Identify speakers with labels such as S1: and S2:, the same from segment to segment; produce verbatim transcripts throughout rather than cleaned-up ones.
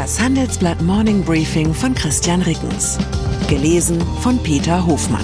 S1: Das Handelsblatt Morning Briefing von Christian Rickens. Gelesen von Peter Hofmann.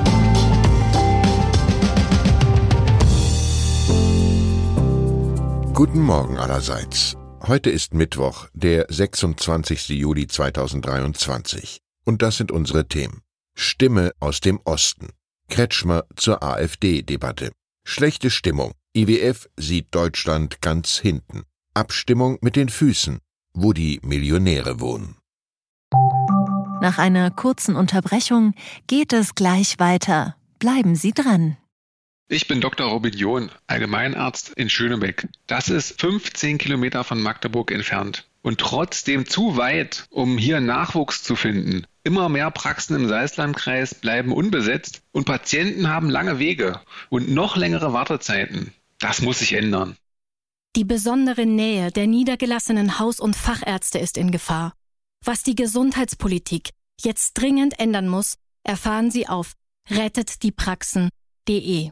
S2: Guten Morgen allerseits. Heute ist Mittwoch, der sechsundzwanzigster Juli zweitausenddreiundzwanzig. Und das sind unsere Themen. Stimme aus dem Osten. Kretschmer zur AfD-Debatte. Schlechte Stimmung. I W F sieht Deutschland ganz hinten. Abstimmung mit den Füßen, wo die Millionäre wohnen.
S3: Nach einer kurzen Unterbrechung geht es gleich weiter. Bleiben Sie dran.
S4: Ich bin Doktor Robin John, Allgemeinarzt in Schönebeck. Das ist fünfzehn Kilometer von Magdeburg entfernt. Und trotzdem zu weit, um hier Nachwuchs zu finden. Immer mehr Praxen im Salzlandkreis bleiben unbesetzt und Patienten haben lange Wege und noch längere Wartezeiten. Das muss sich ändern.
S5: Die besondere Nähe der niedergelassenen Haus- und Fachärzte ist in Gefahr. Was die Gesundheitspolitik jetzt dringend ändern muss, erfahren Sie auf rettet die praxen punkt de.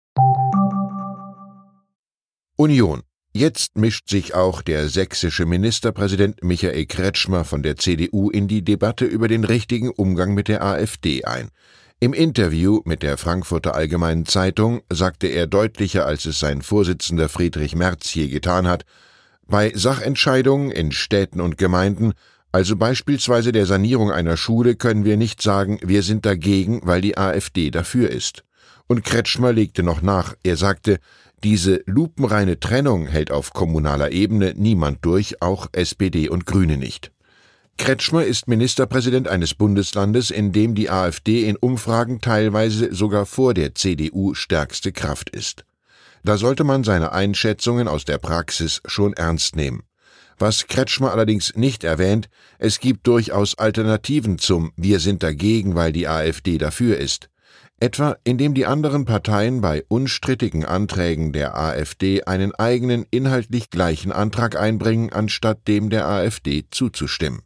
S2: Union. Jetzt mischt sich auch der sächsische Ministerpräsident Michael Kretschmer von der C D U in die Debatte über den richtigen Umgang mit der AfD ein. Im Interview mit der Frankfurter Allgemeinen Zeitung sagte er deutlicher, als es sein Vorsitzender Friedrich Merz je getan hat, bei Sachentscheidungen in Städten und Gemeinden, also beispielsweise der Sanierung einer Schule, können wir nicht sagen, wir sind dagegen, weil die AfD dafür ist. Und Kretschmer legte noch nach, er sagte, diese lupenreine Trennung hält auf kommunaler Ebene niemand durch, auch S P D und Grüne nicht. Kretschmer ist Ministerpräsident eines Bundeslandes, in dem die AfD in Umfragen teilweise sogar vor der C D U stärkste Kraft ist. Da sollte man seine Einschätzungen aus der Praxis schon ernst nehmen. Was Kretschmer allerdings nicht erwähnt, es gibt durchaus Alternativen zum Wir sind dagegen, weil die AfD dafür ist. Etwa indem die anderen Parteien bei unstrittigen Anträgen der AfD einen eigenen inhaltlich gleichen Antrag einbringen, anstatt dem der AfD zuzustimmen.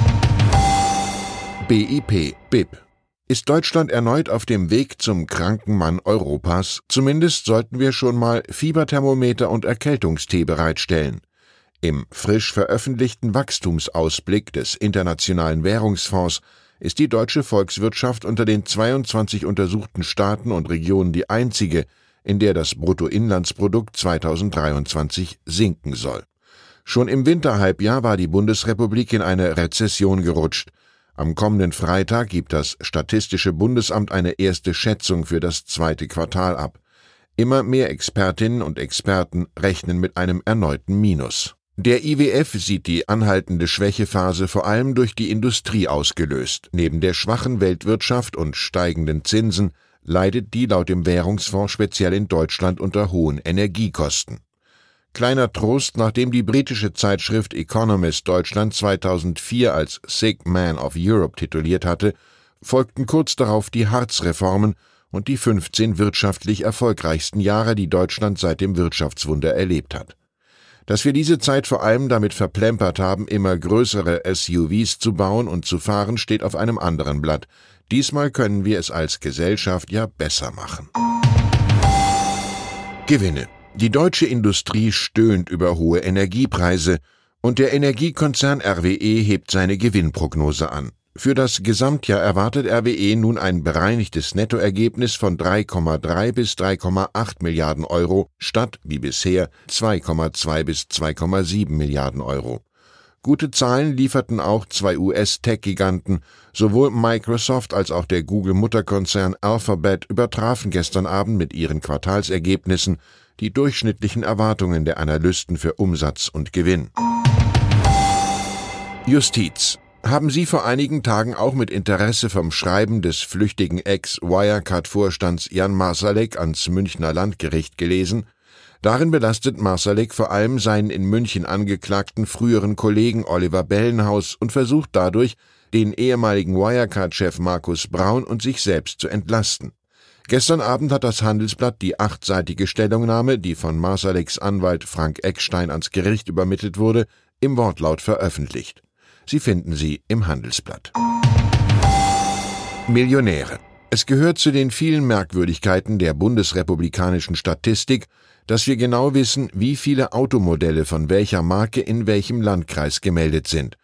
S2: B I P, B I P. Ist Deutschland erneut auf dem Weg zum kranken Mann Europas? Zumindest sollten wir schon mal Fieberthermometer und Erkältungstee bereitstellen. Im frisch veröffentlichten Wachstumsausblick des Internationalen Währungsfonds ist die deutsche Volkswirtschaft unter den zweiundzwanzig untersuchten Staaten und Regionen die einzige, in der das Bruttoinlandsprodukt zweitausenddreiundzwanzig sinken soll. Schon im Winterhalbjahr war die Bundesrepublik in eine Rezession gerutscht. Am kommenden Freitag gibt das Statistische Bundesamt eine erste Schätzung für das zweite Quartal ab. Immer mehr Expertinnen und Experten rechnen mit einem erneuten Minus. Der I W F sieht die anhaltende Schwächephase vor allem durch die Industrie ausgelöst. Neben der schwachen Weltwirtschaft und steigenden Zinsen leidet die laut dem Währungsfonds speziell in Deutschland unter hohen Energiekosten. Kleiner Trost, nachdem die britische Zeitschrift Economist Deutschland zweitausendvier als Sick Man of Europe tituliert hatte, folgten kurz darauf die Hartz-Reformen und die fünfzehn wirtschaftlich erfolgreichsten Jahre, die Deutschland seit dem Wirtschaftswunder erlebt hat. Dass wir diese Zeit vor allem damit verplempert haben, immer größere S U Vs zu bauen und zu fahren, steht auf einem anderen Blatt. Diesmal können wir es als Gesellschaft ja besser machen. Gewinne. Die deutsche Industrie stöhnt über hohe Energiepreise und der Energiekonzern R W E hebt seine Gewinnprognose an. Für das Gesamtjahr erwartet R W E nun ein bereinigtes Nettoergebnis von drei Komma drei bis drei Komma acht Milliarden Euro statt, wie bisher, zwei Komma zwei bis zwei Komma sieben Milliarden Euro. Gute Zahlen lieferten auch zwei U S-Tech-Giganten. Sowohl Microsoft als auch der Google-Mutterkonzern Alphabet übertrafen gestern Abend mit ihren Quartalsergebnissen die durchschnittlichen Erwartungen der Analysten für Umsatz und Gewinn. Justiz. Haben Sie vor einigen Tagen auch mit Interesse vom Schreiben des flüchtigen Ex-Wirecard-Vorstands Jan Marsalek ans Münchner Landgericht gelesen? Darin belastet Marsalek vor allem seinen in München angeklagten früheren Kollegen Oliver Bellenhaus und versucht dadurch, den ehemaligen Wirecard-Chef Markus Braun und sich selbst zu entlasten. Gestern Abend hat das Handelsblatt die achtseitige Stellungnahme, die von Marsaleks Anwalt Frank Eckstein ans Gericht übermittelt wurde, im Wortlaut veröffentlicht. Sie finden sie im Handelsblatt. Millionäre. Es gehört zu den vielen Merkwürdigkeiten der bundesrepublikanischen Statistik, dass wir genau wissen, wie viele Automodelle von welcher Marke in welchem Landkreis gemeldet sind.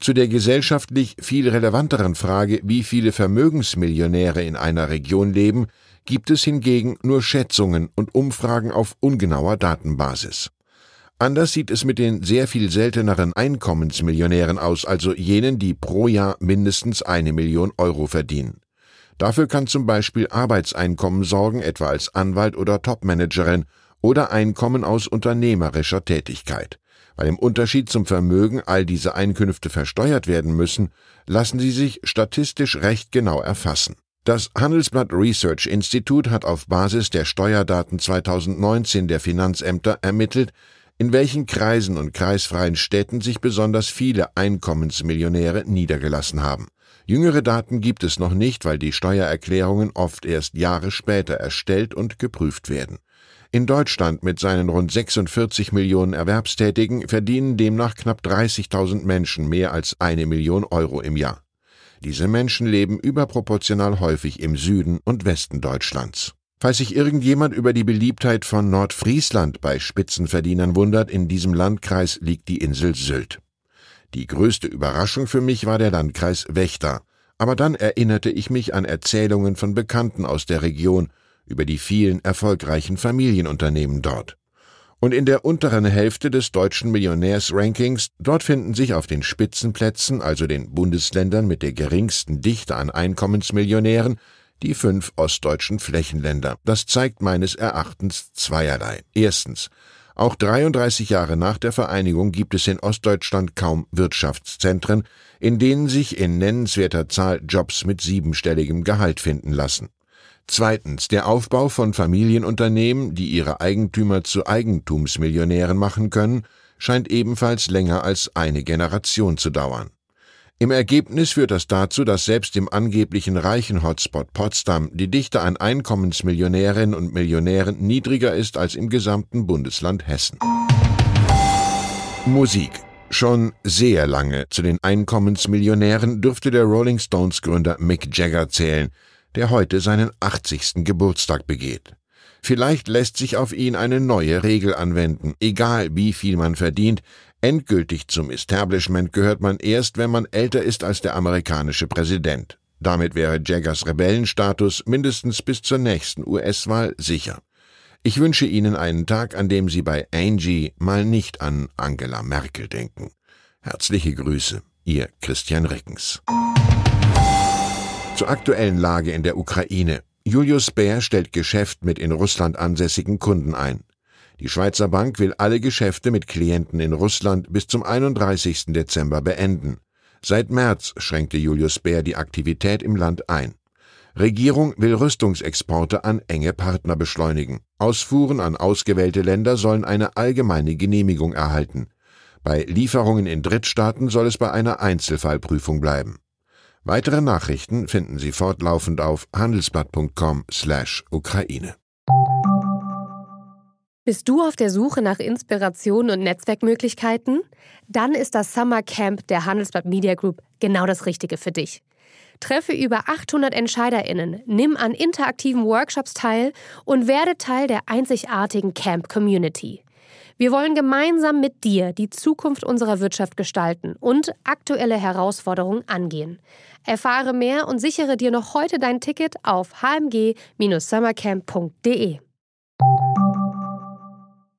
S2: Zu der gesellschaftlich viel relevanteren Frage, wie viele Vermögensmillionäre in einer Region leben, gibt es hingegen nur Schätzungen und Umfragen auf ungenauer Datenbasis. Anders sieht es mit den sehr viel selteneren Einkommensmillionären aus, also jenen, die pro Jahr mindestens eine Million Euro verdienen. Dafür kann zum Beispiel Arbeitseinkommen sorgen, etwa als Anwalt oder Topmanagerin, oder Einkommen aus unternehmerischer Tätigkeit. Weil im Unterschied zum Vermögen all diese Einkünfte versteuert werden müssen, lassen sie sich statistisch recht genau erfassen. Das Handelsblatt Research Institute hat auf Basis der Steuerdaten zweitausendneunzehn der Finanzämter ermittelt, in welchen Kreisen und kreisfreien Städten sich besonders viele Einkommensmillionäre niedergelassen haben. Jüngere Daten gibt es noch nicht, weil die Steuererklärungen oft erst Jahre später erstellt und geprüft werden. In Deutschland mit seinen rund sechsundvierzig Millionen Erwerbstätigen verdienen demnach knapp dreißigtausend Menschen mehr als eine Million Euro im Jahr. Diese Menschen leben überproportional häufig im Süden und Westen Deutschlands. Falls sich irgendjemand über die Beliebtheit von Nordfriesland bei Spitzenverdienern wundert, in diesem Landkreis liegt die Insel Sylt. Die größte Überraschung für mich war der Landkreis Vechta, aber dann erinnerte ich mich an Erzählungen von Bekannten aus der Region über die vielen erfolgreichen Familienunternehmen dort. Und in der unteren Hälfte des deutschen Millionärsrankings, dort finden sich auf den Spitzenplätzen, also den Bundesländern mit der geringsten Dichte an Einkommensmillionären, die fünf ostdeutschen Flächenländer. Das zeigt meines Erachtens zweierlei. Erstens: Auch dreiunddreißig Jahre nach der Vereinigung gibt es in Ostdeutschland kaum Wirtschaftszentren, in denen sich in nennenswerter Zahl Jobs mit siebenstelligem Gehalt finden lassen. Zweitens: Der Aufbau von Familienunternehmen, die ihre Eigentümer zu Eigentumsmillionären machen können, scheint ebenfalls länger als eine Generation zu dauern. Im Ergebnis führt das dazu, dass selbst im angeblichen reichen Hotspot Potsdam die Dichte an Einkommensmillionärinnen und Millionären niedriger ist als im gesamten Bundesland Hessen. Musik. Schon sehr lange zu den Einkommensmillionären dürfte der Rolling Stones-Gründer Mick Jagger zählen, der heute seinen achtzigsten Geburtstag begeht. Vielleicht lässt sich auf ihn eine neue Regel anwenden. Egal wie viel man verdient, endgültig zum Establishment gehört man erst, wenn man älter ist als der amerikanische Präsident. Damit wäre Jaggers Rebellenstatus mindestens bis zur nächsten U S-Wahl sicher. Ich wünsche Ihnen einen Tag, an dem Sie bei Angie mal nicht an Angela Merkel denken. Herzliche Grüße, Ihr Christian Rickens. Zur aktuellen Lage in der Ukraine. Julius Baer stellt Geschäft mit in Russland ansässigen Kunden ein. Die Schweizer Bank will alle Geschäfte mit Klienten in Russland bis zum einunddreißigsten Dezember beenden. Seit März schränkte Julius Baer die Aktivität im Land ein. Regierung will Rüstungsexporte an enge Partner beschleunigen. Ausfuhren an ausgewählte Länder sollen eine allgemeine Genehmigung erhalten. Bei Lieferungen in Drittstaaten soll es bei einer Einzelfallprüfung bleiben. Weitere Nachrichten finden Sie fortlaufend auf handelsblatt punkt com slash Ukraine.
S6: Bist du auf der Suche nach Inspiration und Netzwerkmöglichkeiten? Dann ist das Summer Camp der Handelsblatt Media Group genau das Richtige für dich. Treffe über achthundert EntscheiderInnen, nimm an interaktiven Workshops teil und werde Teil der einzigartigen Camp-Community. Wir wollen gemeinsam mit dir die Zukunft unserer Wirtschaft gestalten und aktuelle Herausforderungen angehen. Erfahre mehr und sichere dir noch heute dein Ticket auf h m g Bindestrich summercamp punkt d e.